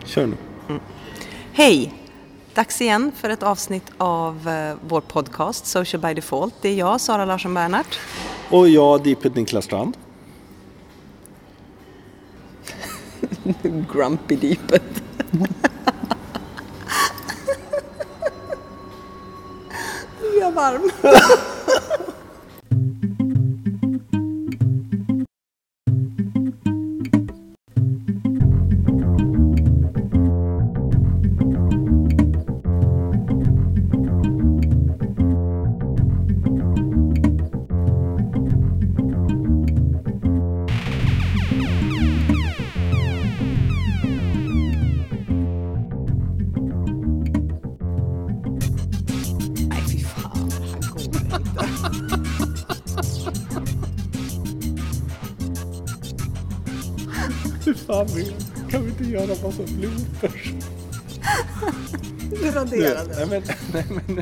Kör nu. Hej! Dags igen för ett avsnitt av vår podcast Social by Default. Det är jag, Sara Larsson Bernhardt. Och jag, Deeped Niklas Strand. Grumpy Deeped. Nu är jag varm. Kan vi inte göra massa bloopers? Du raderade. Nej men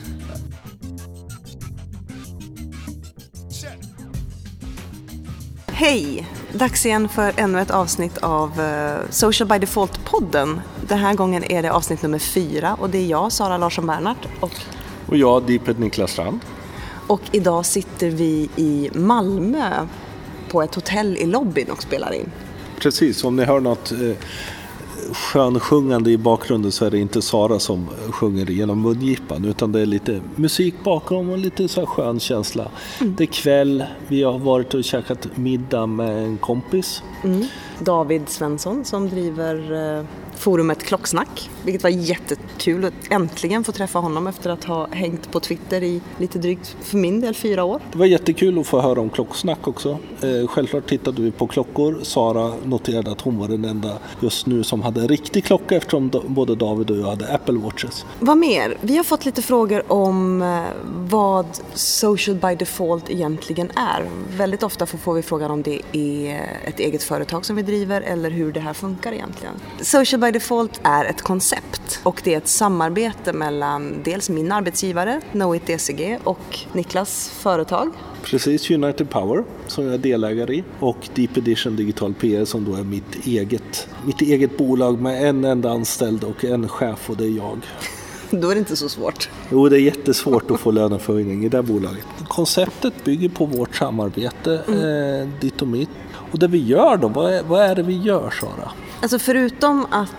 Hej! Dags igen för ännu ett avsnitt av Social by Default-podden. Den här gången är det avsnitt nummer 4 och det är jag, Sara Larsson Bernhardt. Och jag, Deeped Niklas Strand. Och idag sitter vi i Malmö på ett hotell i lobbyn och spelar in. Precis, om ni hör något skönsjungande i bakgrunden så är det inte Sara som sjunger genom mungipan, utan det är lite musik bakom och lite så här skön känsla. Det är kväll, vi har varit och käkat middag med en kompis. David Svensson som driver forumet Klocksnack, vilket var jättekul att äntligen få träffa honom efter att ha hängt på Twitter i lite drygt, för min del, 4 år. Det var jättekul att få höra om Klocksnack också. Självklart tittade vi på klockor. Sara noterade att hon var den enda just nu som hade en riktig klocka, eftersom både David och jag hade Apple Watches. Vad mer? Vi har fått lite frågor om vad Social by Default egentligen är. Väldigt ofta får vi frågan om det är ett eget företag som vi driver eller hur det här funkar egentligen. Social by Default är ett koncept och det är ett samarbete mellan dels min arbetsgivare, Knowit DCG, och Niklas företag. Precis, United Power som jag är delägare i och Deep Edition Digital PR som då är mitt eget bolag med en enda anställd och en chef, och det är jag. Då är det inte så svårt. Jo, det är jättesvårt att få löneförhöjning i det här bolaget. Konceptet bygger på vårt samarbete, ditt och mitt. Och det vi gör då, vad är det vi gör, Sara? Alltså förutom att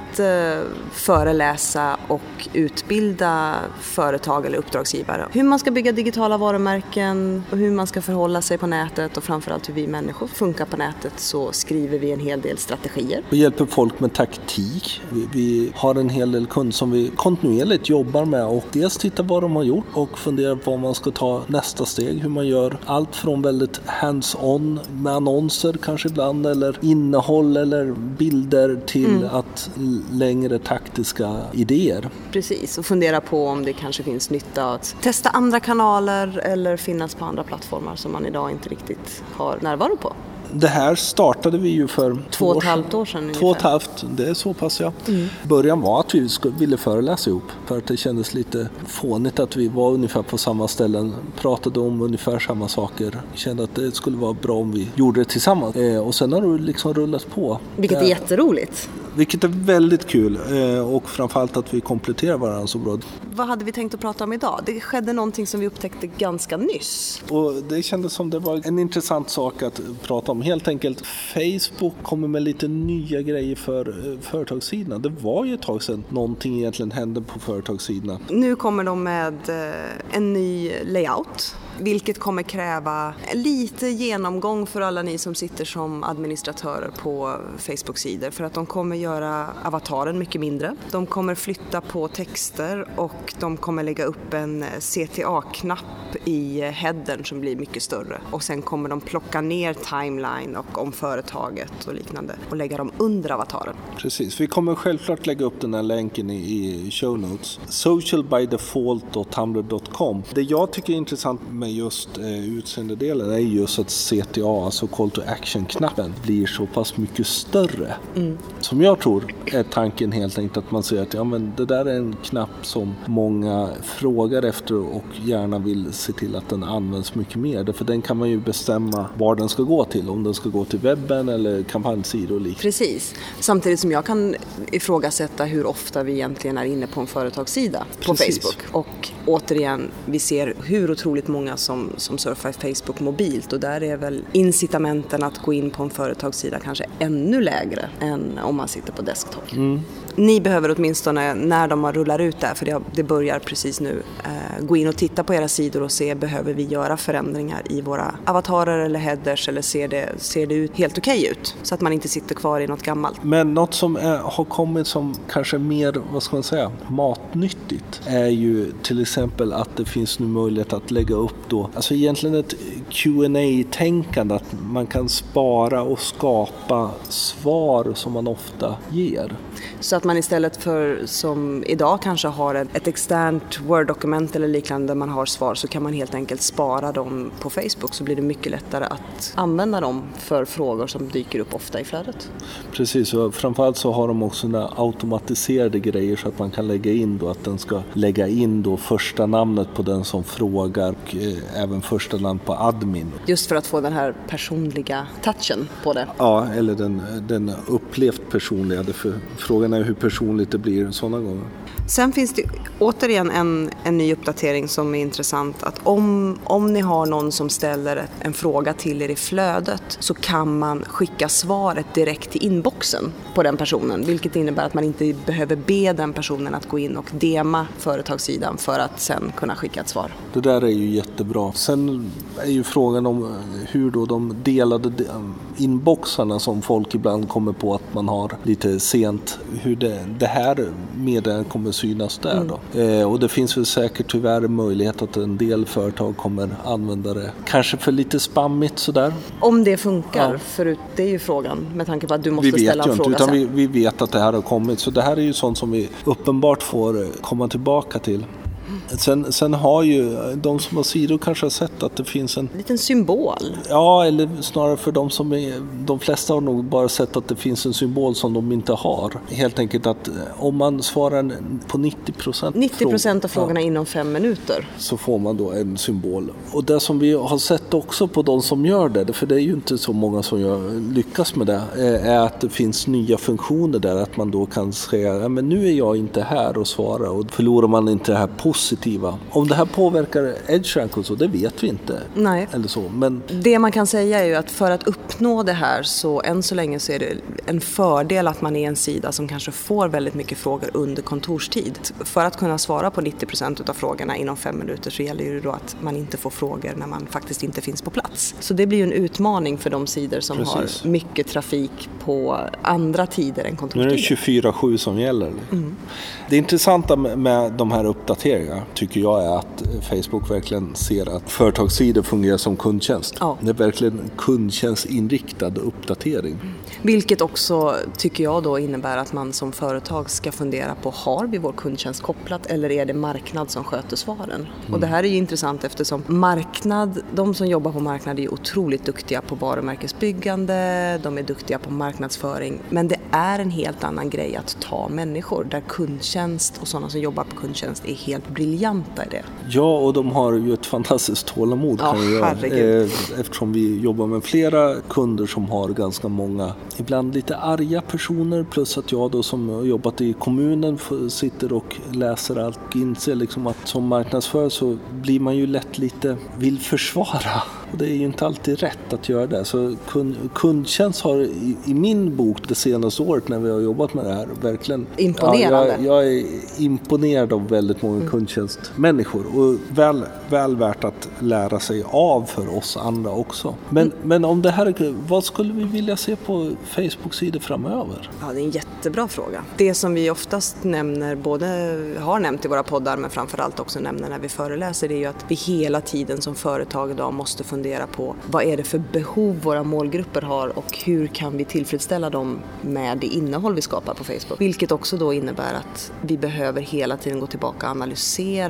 föreläsa och utbilda företag eller uppdragsgivare hur man ska bygga digitala varumärken och hur man ska förhålla sig på nätet och framförallt hur vi människor funkar på nätet, så skriver vi en hel del strategier. Vi hjälper folk med taktik. Vi har en hel del kunder som vi kontinuerligt jobbar med och dels tittar vad de har gjort och funderar på vad man ska ta nästa steg, hur man gör allt från väldigt hands-on med annonser kanske ibland eller innehåll eller bilder till att längre taktiska idéer. Precis, och fundera på om det kanske finns nytta att testa andra kanaler eller finnas på andra plattformar som man idag inte riktigt har närvaro på. Det här startade vi ju för 2,5 år sedan. 2,5, det är så pass, ja. Början var att vi ville föreläsa ihop för att det kändes lite fånigt att vi var ungefär på samma ställen, pratade om ungefär samma saker. Kände att det skulle vara bra om vi gjorde det tillsammans. Och sen har det liksom rullat på. Vilket är jätteroligt. Vilket är väldigt kul och framförallt att vi kompletterar varandra så bra. Vad hade vi tänkt att prata om idag? Det skedde någonting som vi upptäckte ganska nyss. Och det kändes som det var en intressant sak att prata om. Helt enkelt, Facebook kommer med lite nya grejer för företagssidan. Det var ju ett tag sedan någonting egentligen hände på företagssidan. Nu kommer de med en ny layout, vilket kommer kräva lite genomgång för alla ni som sitter som administratörer på Facebook-sidor, för att de kommer göra avataren mycket mindre. De kommer flytta på texter och de kommer lägga upp en CTA-knapp i headern som blir mycket större. Och sen kommer de plocka ner timeline och om företaget och liknande och lägga dem under avataren. Precis, vi kommer självklart lägga upp den här länken i show notes. Socialbydefault.tumblr.com. Det jag tycker är intressant med med just utseendedelen är just att CTA, alltså Call to Action-knappen, blir så pass mycket större. Som jag tror är tanken helt enkelt att man säger att men det där är en knapp som många frågar efter och gärna vill se till att den används mycket mer. För den kan man ju bestämma var den ska gå till. Om den ska gå till webben eller kampanjsidor och liknande. Precis. Samtidigt som jag kan ifrågasätta hur ofta vi egentligen är inne på en företagssida på Facebook. Och återigen, vi ser hur otroligt många som surfar Facebook mobilt. Och där är väl incitamenten att gå in på en företagssida kanske ännu lägre än om man sitter på desktop. Ni behöver åtminstone när de rullar ut där, för det börjar precis nu, gå in och titta på era sidor och se, behöver vi göra förändringar i våra avatarer eller headers, eller ser det ut helt okej ut, så att man inte sitter kvar i något gammalt. Men något som har kommit som kanske mer, vad ska man säga, matnyttigt är ju till exempel att det finns nu möjlighet att lägga upp då, alltså egentligen ett Q&A-tänkande, att man kan spara och skapa svar som man ofta ger. Så att man istället för som idag kanske har ett externt Word-dokument eller liknande där man har svar, så kan man helt enkelt spara dem på Facebook, så blir det mycket lättare att använda dem för frågor som dyker upp ofta i flödet. Precis, och framförallt så har de också några automatiserade grejer så att man kan lägga in då att den ska lägga in då första namnet på den som frågar och även första namn på admin. Just för att få den här personliga touchen på det. Ja, eller den upplevt personliga. För frågan är hur personligt det blir sådana gånger. Sen finns det återigen en ny uppdatering som är intressant, att om ni har någon som ställer en fråga till er i flödet, så kan man skicka svaret direkt till inboxen på den personen, vilket innebär att man inte behöver be den personen att gå in och dema företagssidan för att sen kunna skicka ett svar. Det där är ju jättebra. Sen är ju frågan om hur då de delade inboxarna som folk ibland kommer på att man har lite sent, hur det här meddelandet kommer synas där då. Och det finns väl säkert tyvärr möjlighet att en del företag kommer använda det. Kanske för lite spammigt sådär. Om det funkar, förut, det är ju frågan, med tanke på att du måste ställa en fråga sen. Vi vet att det här har kommit, så det här är ju sånt som vi uppenbart får komma tillbaka till. Sen har ju de som har sidor kanske har sett att det finns en liten symbol. Ja, eller snarare för de flesta har nog bara sett att det finns en symbol som de inte har. Helt enkelt att om man svarar på 90% av frågorna inom 5 minuter, så får man då en symbol. Och det som vi har sett också på de som gör det, för det är ju inte så många som lyckas med det, är att det finns nya funktioner där, att man då kan säga men nu är jag inte här och svara, och förlorar man inte det här positiva. Om det här påverkar EdgeRank och så, det vet vi inte. Nej. Eller så, men det man kan säga är ju att för att uppnå det här, så än så länge så är det en fördel att man är en sida som kanske får väldigt mycket frågor under kontorstid. För att kunna svara på 90% av frågorna inom 5 minuter, så gäller det då att man inte får frågor när man faktiskt inte finns på plats. Så det blir ju en utmaning för de sidor som har mycket trafik på andra tider än kontorstider. Nu är det 24/7 som gäller. Det intressanta med de här uppdateringarna tycker jag är att Facebook verkligen ser att företagssidor fungerar som kundtjänst. Ja. Det är verkligen kundtjänstinriktad uppdatering. Vilket också tycker jag då innebär att man som företag ska fundera på, har vi vår kundtjänst kopplat eller är det marknad som sköter svaren? Och det här är ju intressant eftersom de som jobbar på marknad är otroligt duktiga på varumärkesbyggande, de är duktiga på marknadsföring, men det är en helt annan grej att ta människor där kundtjänst och sådana som jobbar på kundtjänst är helt briljanta i det. Ja, och de har ju ett fantastiskt tålamod eftersom vi jobbar med flera kunder som har ganska många, ibland lite arga personer, plus att jag då som har jobbat i kommunen sitter och läser allt och inser liksom att som marknadsförare så blir man ju lätt lite vill försvara. Och det är ju inte alltid rätt att göra det. Så kundtjänst har i min bok det senaste året när vi har jobbat med det här verkligen imponerande. Jag är imponerad av väldigt många kundtjänstmänniskor och väl värt att lära sig av för oss andra också. Men om det här, vad skulle vi vilja se på Facebook-sidor framöver? Ja, det är en jättebra fråga. Det som vi oftast nämner, både har nämnt i våra poddar men framförallt också nämner när vi föreläser, det är ju att vi hela tiden som företag idag måste fundera på vad är det för behov våra målgrupper har och hur kan vi tillfredsställa dem med det innehåll vi skapar på Facebook. Vilket också då innebär att vi behöver hela tiden gå tillbaka och analysera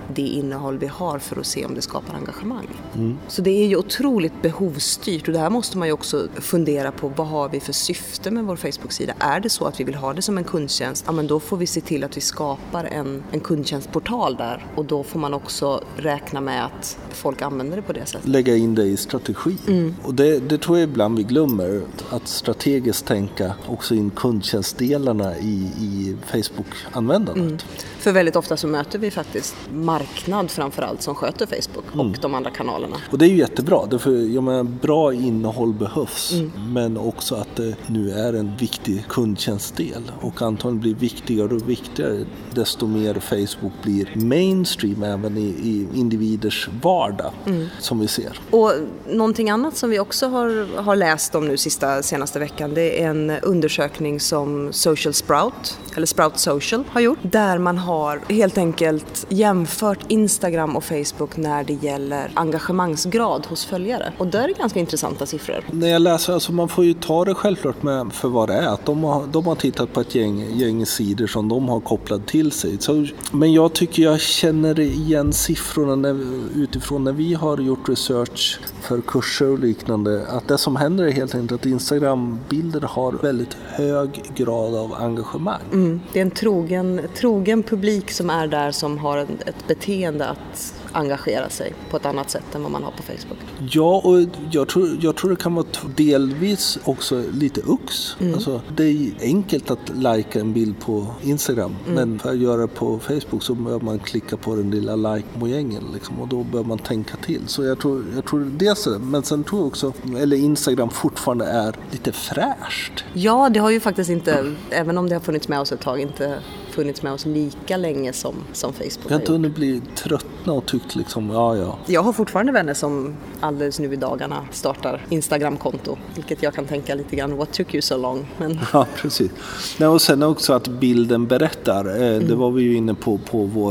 det innehåll vi har för att se om det skapar engagemang. Så det är ju otroligt behovsstyrt, och det här måste man ju också fundera på. Vad har vi för syfte med vår Facebook-sida? Är det så att vi vill ha det som en kundtjänst, ja, men då får vi se till att vi skapar en kundtjänstportal där, och då får man också räkna med att folk använder det på det sättet. Lägga in det i strategi. Och det tror jag ibland vi glömmer, att strategiskt tänka också in kundtjänstdelarna i Facebook-användandet. För väldigt ofta så möter vi faktiskt marknad framförallt som sköter Facebook och de andra kanalerna. Och det är ju jättebra, därför bra innehåll behövs, men också att det nu är en viktig kundtjänstdel, och antagligen blir viktigare och viktigare desto mer Facebook blir mainstream även i individers vardag som vi ser. Och någonting annat som vi också har läst om nu senaste veckan, det är en undersökning som Social Sprout, eller Sprout Social, har gjort, där man har helt enkelt jämfört Instagram och Facebook när det gäller engagemangsgrad hos följare. Och där är det ganska intressanta siffror. När jag läser, alltså man får ju ta det självklart med för vad det är. Att de har tittat på ett gäng sidor som de har kopplat till sig. Men jag tycker jag känner igen siffrorna utifrån när vi har gjort research för kurser och liknande. Att det som händer är helt enkelt att Instagram-bilder har väldigt hög grad av engagemang. Det är en trogen publik som är där, som har ett beteende att engagera sig på ett annat sätt än vad man har på Facebook. Ja, och jag tror det kan vara delvis också lite Alltså, det är enkelt att likea en bild på Instagram, men för att göra det på Facebook så bör man klicka på den lilla like-mojängen liksom, och då bör man tänka till. Så jag tror det är så, men sen tror jag också, eller Instagram fortfarande är lite fräscht. Ja, det har ju faktiskt inte, även om det har funnits med oss ett tag, inte funnits med oss lika länge som Facebook. Jag har inte hunnit bli tröttna och tyckt liksom, ja. Jag har fortfarande vänner som alldeles nu i dagarna startar Instagram-konto, vilket jag kan tänka lite grann, what took you so long? Men... Ja, precis. Nej, och sen också att bilden berättar. Det var vi ju inne på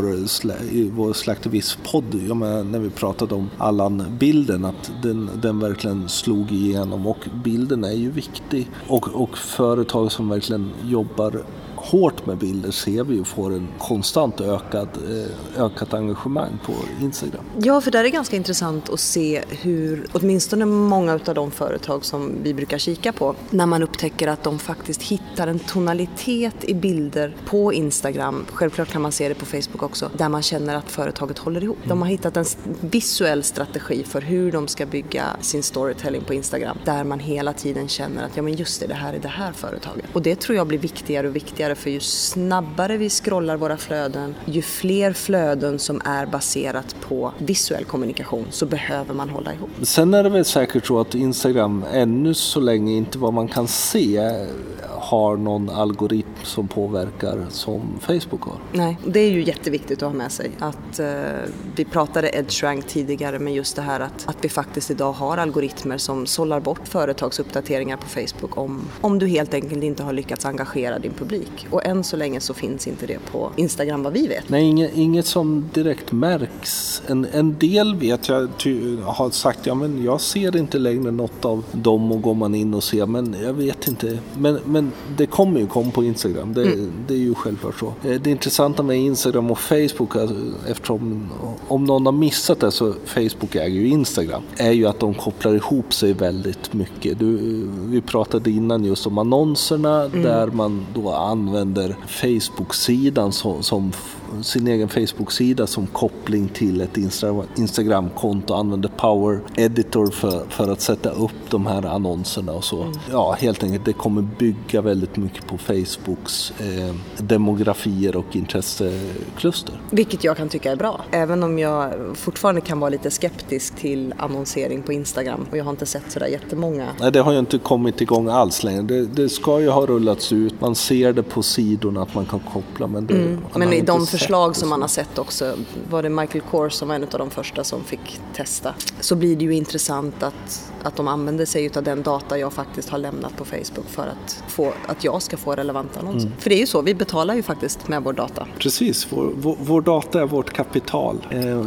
vår slaktivistpodd, när vi pratade om Allan-bilden, att den verkligen slog igenom, och bilden är ju viktig. Och företag som verkligen jobbar hårt med bilder ser vi ju får en konstant ökat engagemang på Instagram. Ja, för där är det ganska intressant att se hur åtminstone många av de företag som vi brukar kika på, när man upptäcker att de faktiskt hittar en tonalitet i bilder på Instagram, självklart kan man se det på Facebook också, där man känner att företaget håller ihop. De har hittat en visuell strategi för hur de ska bygga sin storytelling på Instagram, där man hela tiden känner att ja, men just det här är det här företaget. Och det tror jag blir viktigare och viktigare, för ju snabbare vi scrollar våra flöden, ju fler flöden som är baserat på visuell kommunikation, så behöver man hålla ihop. Sen är det väl säkert så att Instagram ännu så länge inte vad man kan se har någon algoritm som påverkar som Facebook har. Nej, det är ju jätteviktigt att ha med sig. Att vi pratade EdgeRank tidigare, med just det här att vi faktiskt idag har algoritmer som sållar bort företagsuppdateringar på Facebook om du helt enkelt inte har lyckats engagera din publik. Och än så länge så finns inte det på Instagram vad vi vet. Nej, inget som direkt märks. En del vet jag har sagt, ja men jag ser inte längre något av dem, och går man in och ser, men jag vet inte. Men det kommer ju komma på Instagram. Det är ju självklart så. Det intressanta med Instagram och Facebook, eftersom om någon har missat det, så Facebook äger ju Instagram, är ju att de kopplar ihop sig väldigt mycket. Vi pratade innan just om annonserna, där man då använder Facebook-sidan som sin egen Facebook-sida som koppling till ett Instagram-konto, använder Power Editor för att sätta upp de här annonserna och så. Ja, helt enkelt, det kommer bygga väldigt mycket på Facebooks demografier och intressekluster. Vilket jag kan tycka är bra, även om jag fortfarande kan vara lite skeptisk till annonsering på Instagram, och jag har inte sett sådär jättemånga. Nej, det har ju inte kommit igång alls längre. Det ska ju ha rullats ut, man ser det på sidorna att man kan koppla, men men i de förslag som man har sett också, var det Michael Kors som var en av de första som fick testa, så blir det ju intressant att de använder sig av den data jag faktiskt har lämnat på Facebook för att jag ska få relevanta annonser. För det är ju så, vi betalar ju faktiskt med vår data. Precis, vår data är vårt kapital.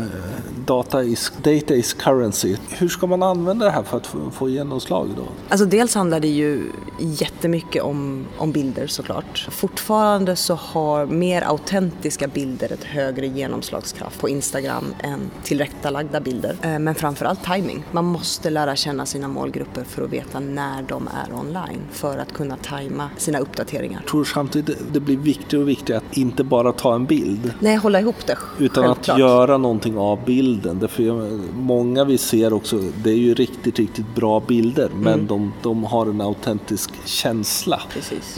Data is currency. Hur ska man använda det här för att få genomslag då? Alltså dels handlar det ju jättemycket om bilder såklart. Fortfarande så har mer autentiska bilder bilder ett högre genomslagskraft på Instagram än tillrättalagda bilder. Men framförallt timing. Man måste lära känna sina målgrupper för att veta när de är online för att kunna tajma sina uppdateringar. Jag tror samtidigt det blir viktigare och viktigare att inte bara ta en bild. Nej, hålla ihop det. Utan självklart. Att göra någonting av bilden. Därför många vi ser också, det är ju riktigt bra bilder, men de har en autentisk känsla. Precis.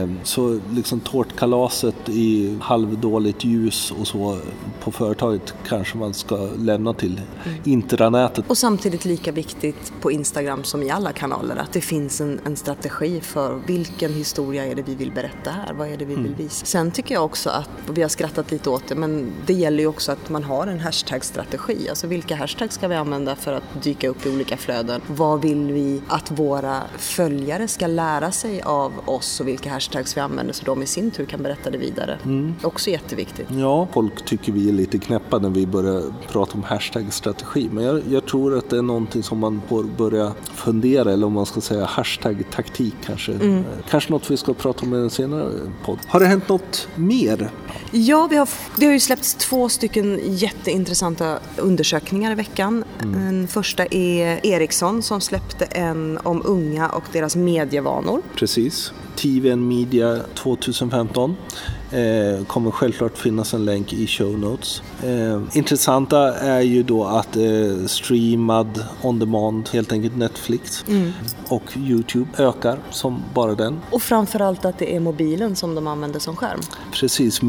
Så liksom tårtkalaset i halvdåligt ljus och så på företaget kanske man ska lämna till intranätet. Och samtidigt lika viktigt på Instagram som i alla kanaler att det finns en strategi för vilken historia är det vi vill berätta här, vad är det vi vill visa. Sen tycker jag också att, och vi har skrattat lite åt det, men det gäller ju också att man har en hashtag-strategi. Alltså vilka hashtags ska vi använda för att dyka upp i olika flöden? Vad vill vi att våra följare ska lära sig av oss och vilka hashtags vi använder så de i sin tur kan berätta det vidare. Också jätteviktigt. Ja, folk tycker vi är lite knäppa när vi börjar prata om hashtag-strategi, men jag tror att det är någonting som man får börja fundera, eller om man ska säga hashtag-taktik kanske. Kanske något vi ska prata om i en senare podd. Har det hänt något mer? Ja, det har ju släppts 2 stycken jätteintressanta undersökningar i veckan. Den första är Ericsson som släppte en om unga och deras medievanor. Precis. TVN Media 2015. Kommer självklart finnas en länk i show notes. Intressanta är ju då att streamad on demand, helt enkelt Netflix och YouTube ökar som bara den. Och framförallt att det är mobilen som de använder som skärm. Precis,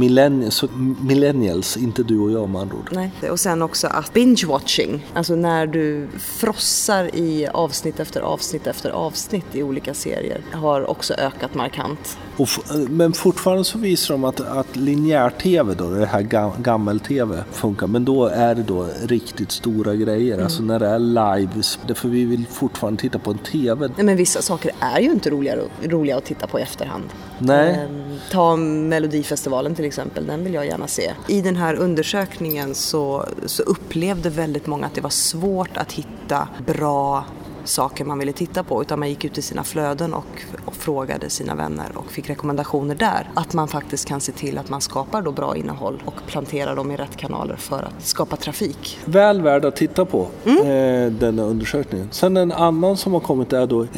millennials, inte du och jag med andra ord. Nej. Och sen också att binge-watching, alltså när du frossar i avsnitt efter avsnitt efter avsnitt i olika serier, har också ökat markant. Men fortfarande så visar de att linjär-tv då, det här gammel-tv funkar, men då är det då riktigt stora grejer, alltså när det är live, därför vi vill fortfarande titta på en tv. Nej, men vissa saker är ju inte roliga att titta på i efterhand. Nej. Ta Melodifestivalen till exempel, den vill jag gärna se. I den här undersökningen så upplevde väldigt många att det var svårt att hitta bra saker man ville titta på, utan man gick ut i sina flöden och frågade sina vänner och fick rekommendationer där. Att man faktiskt kan se till att man skapar då bra innehåll och planterar dem i rätt kanaler för att skapa trafik. Väl värd att titta på denna undersökningen. Sen en annan som har kommit är då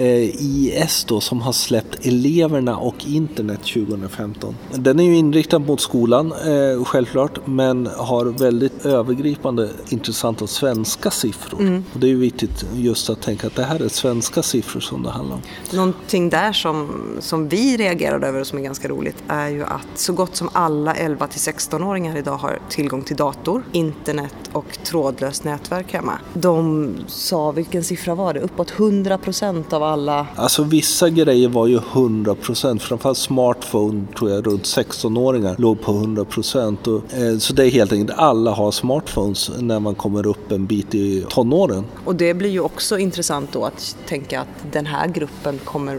IS då, som har släppt Eleverna och internet 2015. Den är ju inriktad mot skolan självklart, men har väldigt övergripande intressanta svenska siffror. Och det är ju viktigt just att tänka att det här är svenska siffror som det handlar om. Någonting där som vi reagerade över och som är ganska roligt är ju att så gott som alla 11-16-åringar idag har tillgång till dator, internet och trådlöst nätverk hemma. De sa, vilken siffra var det? Uppåt 100% av alla. Alltså vissa grejer var ju 100%, framförallt smartphone tror jag runt 16-åringar låg på 100%. Och, så det är helt enkelt, alla har smartphones när man kommer upp en bit i tonåren. Och det blir ju också intressant då att tänka att den här gruppen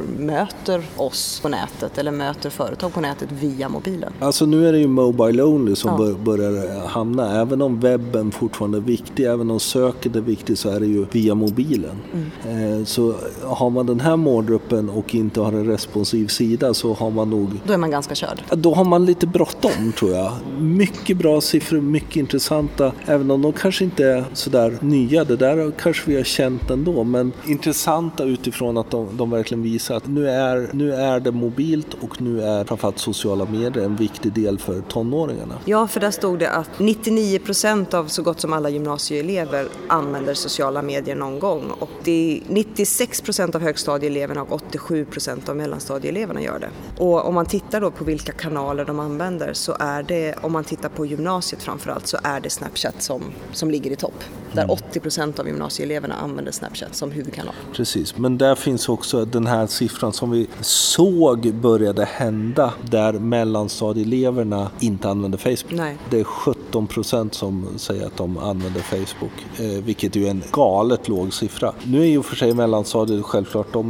möter oss på nätet eller möter företag på nätet via mobilen. Alltså nu är det ju mobile only som börjar hamna. Även om webben fortfarande är viktig, även om söket är viktigt, så är det ju via mobilen. Så har man den här målgruppen och inte har en responsiv sida, så har man nog... Då är man ganska körd. Då har man lite bråttom tror jag. Mycket bra siffror, mycket intressanta. Även om de kanske inte är sådär nya. Det där kanske vi har känt ändå. Men intressanta utifrån att de verkligen visar att nu är det mobilt och nu är framförallt sociala medier en viktig del för tonåringarna. Ja, för där stod det att 99% av så gott som alla gymnasieelever använder sociala medier någon gång. Och det är 96% av högstadieeleverna och 87% av mellanstadieeleverna gör det. Och om man tittar då på vilka kanaler de använder, så är det, om man tittar på gymnasiet framförallt, så är det Snapchat som ligger i topp. Där 80% av gymnasieeleverna använder Snapchat som huvudkanal. Precis, men där finns också den här siffran som vi såg började hända, där mellanstadieeleverna inte använder Facebook. Nej. Det är 17% som säger att de använder Facebook, vilket är ju en galet låg siffra. Nu är ju för sig mellanstadiet självklart, de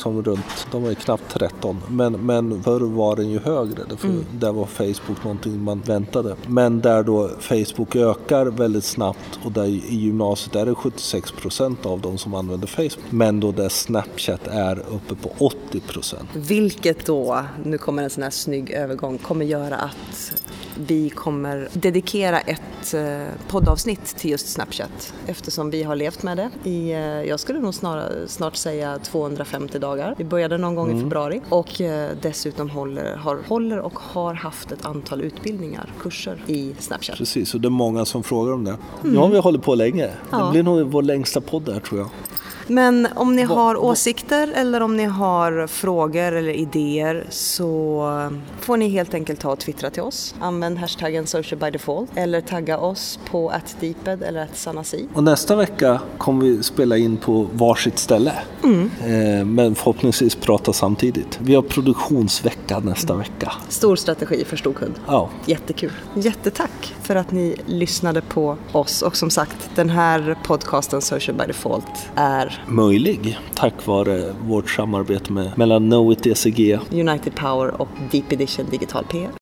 är knappt 13, men förr var den ju högre, för där var Facebook någonting man väntade. Men där då Facebook ökar väldigt snabbt, och där i gymnasiet är det 76% av de som använder Facebook. Facebook. Men då där Snapchat är uppe på 80%. Vilket då, nu kommer en sån här snygg övergång, kommer göra att vi kommer dedikera ett poddavsnitt till just Snapchat. Eftersom vi har levt med det i, jag skulle nog snart säga 250 dagar. Vi började någon gång i februari och dessutom håller och har haft ett antal utbildningar, kurser i Snapchat. Precis, och det är många som frågar om det. Nu har vi hållit på länge. Ja. Det blir nog vår längsta podd där, tror jag. Men om ni har åsikter eller om ni har frågor eller idéer så får ni helt enkelt ta och twittra till oss. Använd hashtaggen socialbydefault eller tagga oss på @deeped eller @sanasi. Och nästa vecka kommer vi spela in på varsitt ställe. Men förhoppningsvis prata samtidigt. Vi har produktionsvecka nästa vecka. Stor strategi för storkund. Ja. Jättekul. Jättetack för att ni lyssnade på oss. Och som sagt, den här podcasten Social by Default är möjlig tack vare vårt samarbete mellan Knowit DCG, United Power och Deep Edition Digital PR.